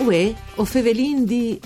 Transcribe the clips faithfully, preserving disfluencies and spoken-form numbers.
Uè, o Fevelin di...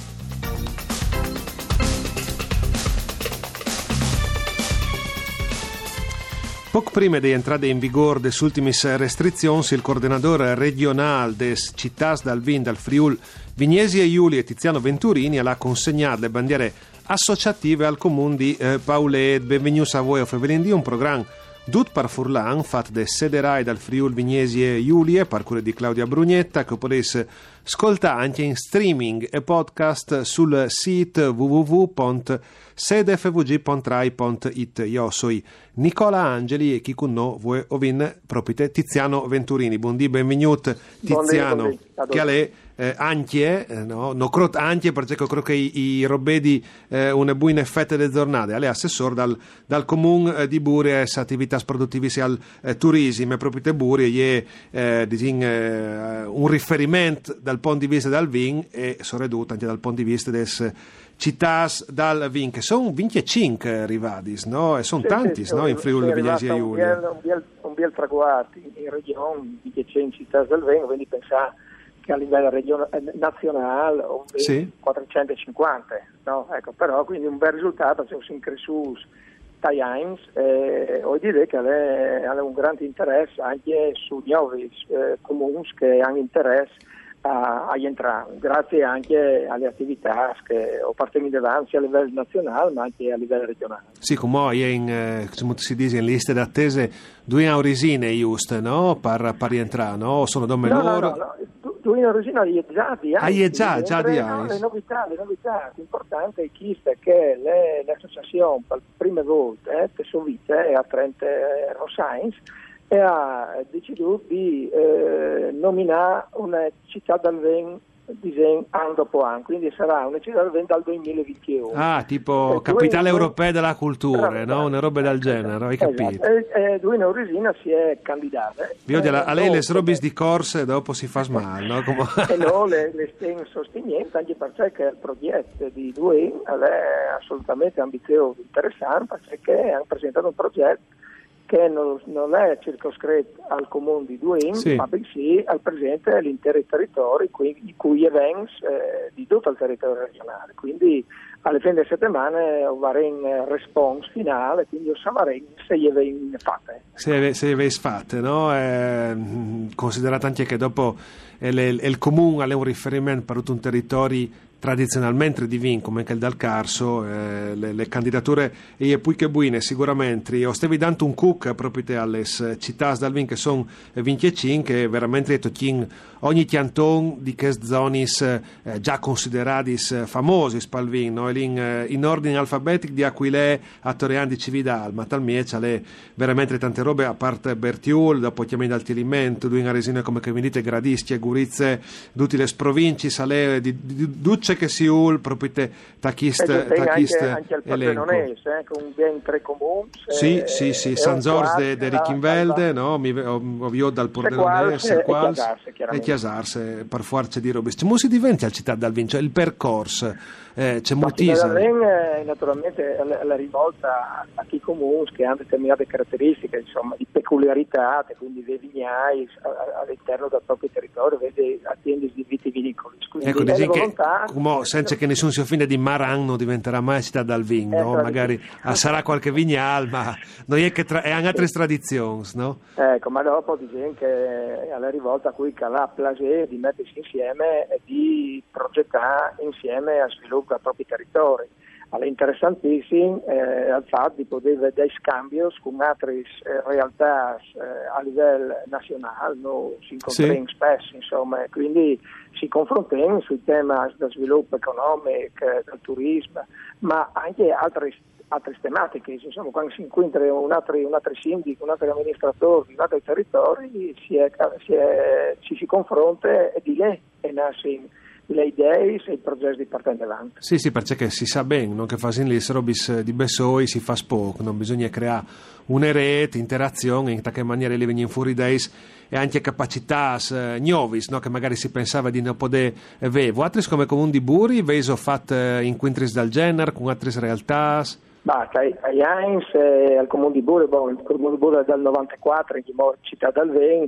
Poco prima di entrare in vigore delle ultime restrizioni, il coordinatore regionale des Cittàs dal Vin dal Friul Vignesi e Giulia Tiziano Venturini ha consegnato le bandiere associative al comune di eh, Paulet. Benvenuti a voi a Fevelin di un programma Dut par Furlan, fatto da Sederai dal Friul Vignesi e Giulia, per cura di Claudia Brugnetta, che potete ascoltare anche in streaming e podcast sul sito w w w punto sedefvg punto rai punto it. Io sono Nicola Angeli e chi con noi vuoi ovin proprio Tiziano Venturini. Buondì, benvenuto Tiziano. Buondì, buondì. Che è eh, anche, eh, no, no crot anche perché credo che i, i robedi eh, una buona fette de giornate. Lei è assessore dal, dal comune eh, di Buri e attività produttive al eh, turismo e proprio te Buri e eh, disin, eh, un riferimento dal punto di vista del vin e soprattutto anche dal punto di vista des Cittàs dal Vin, che sono venticinque rivadis, no? E sono sì, tanti, sì, no? In Friuli Vignesi e Giulia. Un bel, un bel traguardo in regione, venticinque Cittàs del Vin, quindi pensare che a livello regione, nazionale o sì. quattrocentocinquanta, no? Ecco, però quindi un bel risultato, se si incresciuto dai anni, eh, vuol dire che ha un grande interesse anche su nuovi eh, comuni che hanno interesse a, a entrare, grazie anche alle attività che ho partito avanti a livello nazionale ma anche a livello regionale. Sì, come è in, eh, come si dice, in liste d'attese due aurisine giusto, no? Per, per rientrare, no? Sono dome no, loro? No, no, no. Due aurisine è già di anni. Ah, è già, già di anni. No, le novità, le novità importanti è che le, l'associazione per le prime volte, eh, che sono vite, è a Trento Rosains, e ha deciso di eh, nominare una città del vin disegno anno dopo anno, quindi sarà una città del vin dal duemilaventuno. Ah, tipo e capitale due, europea della cultura, no? Una roba del genere, hai capito? Esatto. E, e Duino Orisina si è candidata. Io eh, a lei le robis di corse dopo si fa male, no? Come... e no, le, le stiamo sostenendo anche perché il progetto di Duino è assolutamente ambizioso, interessante, perché hanno presentato un progetto che non, non è circoscritto al comune di Duin, sì. ma bensì al presente all'intero territorio, i cui eventi eh, di tutto il territorio regionale. Quindi alle fine delle settimane avremo un response finale, quindi sapremo se gli eventi fatte. Se, se eventi fatte, no? Eh, considerato anche che dopo il, il comune è un riferimento per tutto un territorio tradizionalmente di vin come che il dal Carso, eh, le, le candidature e poi che buine sicuramente io stevi dando un cook proprio alle città dal vin che sono venticinque che veramente tocchino ogni canton di che zone eh, già considerati famosi spal vin, no? in, eh, in ordine alfabetico di Aquilè a Torrean di Cividal, ma tal mie c'è veramente tante robe a parte Bertiul, dopo chiamando al Tilimento, due in resine come che venite Gradischi e Gurizze, tutte le province sale di, di, di Duce che si ul proprio te tachist tachist anche al Pordenonese eh, con ben tre comuni sì eh, sì sì San Giorgio de, de Richinvelde no mi ovvio dal Pordenonese quals e Chiasarse per forza di robe come si diventa la città dal Vincio il percorso eh, c'è moltissimo eh, naturalmente la, la rivolta a chi comuni che hanno determinate caratteristiche insomma di peculiarità quindi dei vignai all'interno del proprio territorio vede aziende di vitivinicoli quindi ecco dici che come, senza che nessuno si offenda di Marang non diventerà mai città dal vin no? Eh, magari ah, sarà qualche vignal ma non è che tra, è anche altre tradizioni no? Ecco ma dopo dicono che alla rivolta a cui calà piacere di mettersi insieme e di progettare insieme a sviluppo dei propri territori. È interessantissimo eh, il fatto di poter vedere scambi con altre eh, realtà eh, a livello nazionale, no? Si incontrano sì. spesso, insomma, quindi si confrontano sui temi del sviluppo economico, del turismo, ma anche altre altre tematiche, insomma, quando si incontra un altro, un altro sindaco, un altro amministratore di un altro territorio, si, è, si, è, ci si confronta e di lì e nasce le idee e i progetti di partendo avanti. Sì, sì, perché si sa bene, non che fa sin le robis di Bessoi si fa poco, non bisogna creare una rete, interazione, in che maniera le vengono fuori idee e anche capacità eh, nuovis, no? Che magari si pensava di non poter avere. Altri come comune di Buri, veso fatto in quintris dal genere, con altre realtà? Ma ai Heinz, eh, al comune di Buri, bon, il comune di Buri è dal novantaquattro, in città dal Ven,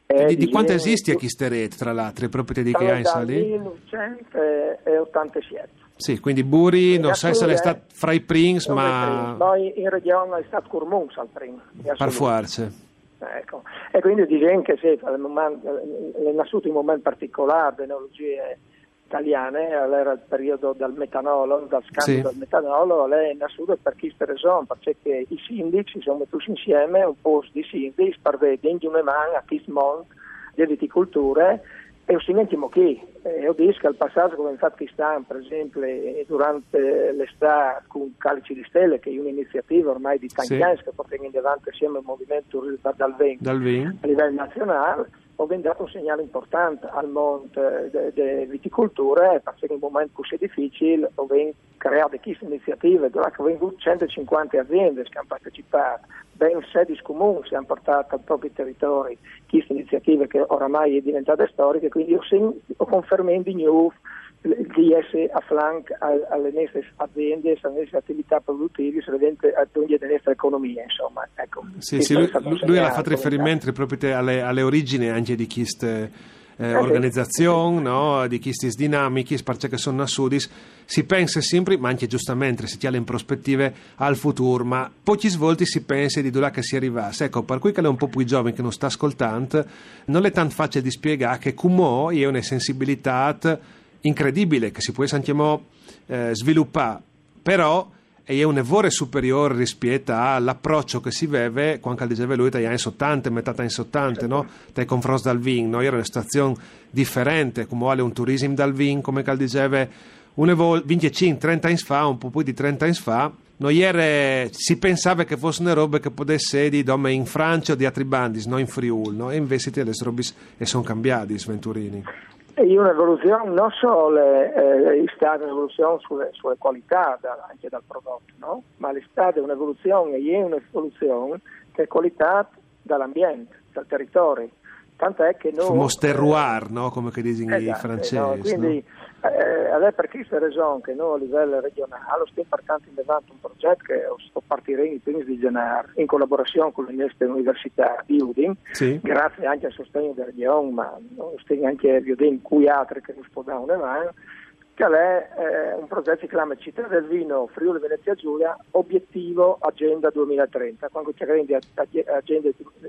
E di, di quanto esisti a Chisteret, tra l'altro, le proprietà di che hai lì? millenovecentottantasette. Sì, quindi Buri, non sai se è stato fra i Prings, ma... Poi in regione è stato Curmuns al Pring. Per forza. Ecco. E quindi dicono che sì, è nasciuto in un momento particolare delle tecnologie italiane, era il periodo del metanolo, dal scambio sì. del metanolo, lei è nasciuto per questa ragione, perché i sindaci sono messi insieme, un po' di sindaci, per vedere in una mano a questo mondo di viticoltura, e si sentiamo che, io dico che al passaggio come infatti sta, per esempio, durante l'estate con Calici di Stelle, che è un'iniziativa ormai di tanti sì. anni che portiamo in avanti assieme al movimento dal Vin, dal Vin. a livello nazionale, ho dato un segnale importante al mondo della viticoltura, perché in un momento così difficile ho creato queste iniziative, dove ho avuto centocinquanta aziende che hanno partecipato, ben sedici comuni si hanno portato al proprio territorio queste iniziative che oramai è diventate storiche, quindi io ho confermato di nuovo di essere a fianco alle nostre aziende, alle nostre attività produttive, ad ogni della nostra economia, insomma. Ecco, sì, sì, lui, lui ha fatto riferimento proprio alle, alle origini anche di queste eh, eh, organizzazioni, sì. no? Di queste dinamiche, perché sono nasciti, si pensa sempre, ma anche giustamente si tiene in prospettive al futuro, ma pochi svolti si pensa di dove che si arrivasse. Ecco, per cui che è un po' più giovane che non sta ascoltando, non è tanto facile di spiegare che come è una sensibilità incredibile che si può anche eh, sviluppare, però è un evore superiore rispetto all'approccio che si vede quando diceva lui dagli anni settanta, metà anni settanta, no? Dai confronti dal vin, no? Era una situazione differente, come vuole un turismo dal vin, come diceva venticinque trenta anni fa, un po' più di trenta anni fa, non era, si pensava che fossero robe che potesse di dome in Francia o di altri bandi, non in Friuli, no? E invece le robe sono cambiate, Venturini. È un'evoluzione non solo eh, è stata un'evoluzione sulle, sulle qualità da, anche dal prodotto, no? Ma è stata un'evoluzione e è un'evoluzione che è qualità dall'ambiente, dal territorio. Tant'è che noi... Fumo terroir, no? Come che dicono esatto, i francesi. No? Quindi no? eh, è per questa ragione che noi a livello regionale stiamo portando in avanti un progetto che partirà in primi di gennaio in collaborazione con le nostre università di Udine, sì. grazie anche al sostegno della regione, ma sostegno anche di Udine, cui altri che ci può dare una mano, che è eh, un progetto che si chiama Città del Vino Friuli Venezia Giulia, obiettivo Agenda duemilatrenta, quando c'è grande agenda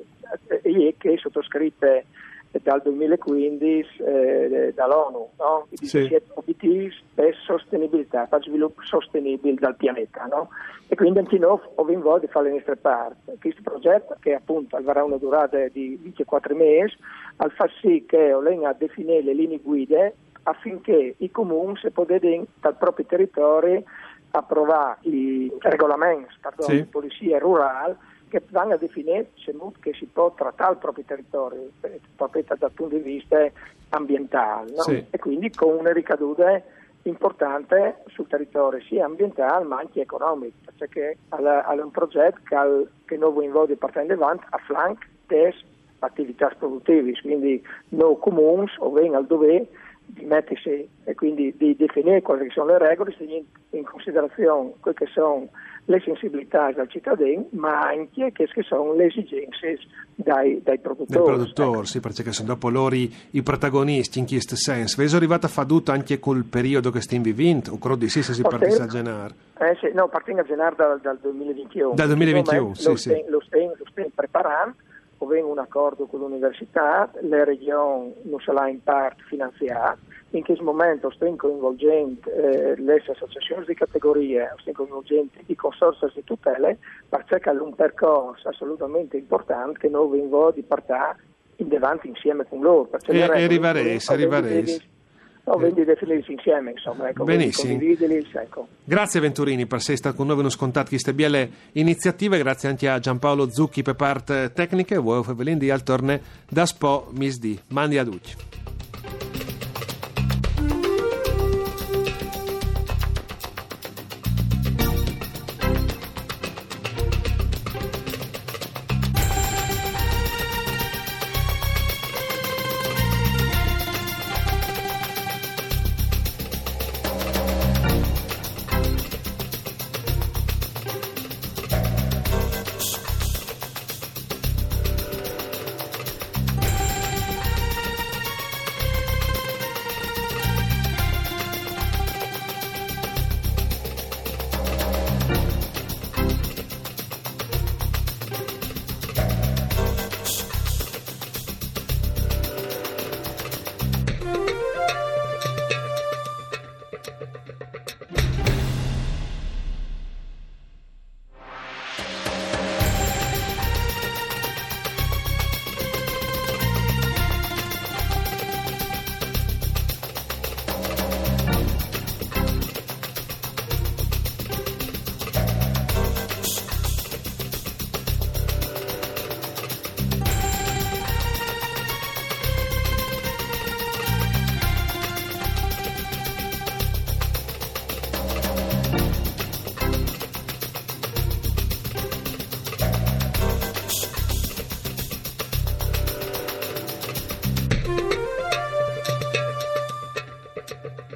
eh, che è sottoscritta dal duemilaquindici eh, dall'ONU, no? I diciassette obiettivi per sostenibilità, per sviluppo sostenibile dal pianeta, no? E quindi anche noi abbiamo voglia di fare le nostre parti. Questo progetto, che appunto avrà una durata di ventiquattro mesi, al far sì che Olen a definire le linee guida affinché i comuni si possano dal proprio territorio approvare i regolamenti pardon, sì. di polizia rurale che vanno a definire che si può trattare il proprio territorio proprio dal punto di vista ambientale, no? Sì. E quindi con una ricaduta importante sul territorio sia ambientale ma anche economico, perché è un progetto che, al, che noi vogliamo portare avanti a fianco delle attività produttive, quindi noi comuni o vengono al dovere di mettersi e quindi di definire quali sono le regole, tenendo in considerazione quelle che sono le sensibilità del cittadino, ma anche che sono le esigenze dai, dai produttori. Dai produttori, ecco. Sì, perché sono dopo loro i, i protagonisti in questo senso. È arrivata a faduta anche col periodo che stiamo vivendo, o credo di sì se si partisse a gennaio? Eh sì, no, partiamo a gennaio dal, dal duemilaventuno. Dal duemilaventuno, sì, lo sì. Stiamo, lo, stiamo, lo stiamo preparando, avendo un accordo con l'università, le regioni non se l'ha in parte finanziata, in questo momento stiamo coinvolgendo eh, le associazioni di categoria, stiamo coinvolgendo i consorzi di tutele per cercare un percorso assolutamente importante che noi vengono di portare in avanti insieme con loro. E, e arrivaresi, arrivaresi. No, vendi definirsi insieme, insomma, ecco, benissimo. Ecco. Grazie Venturini per essere stato con noi, venire scontato queste belle iniziative, grazie anche a Giampaolo Zucchi per parte tecniche, voi Fevelindi al torne da Spo Misdi. Mandi a Ducci. Grazie.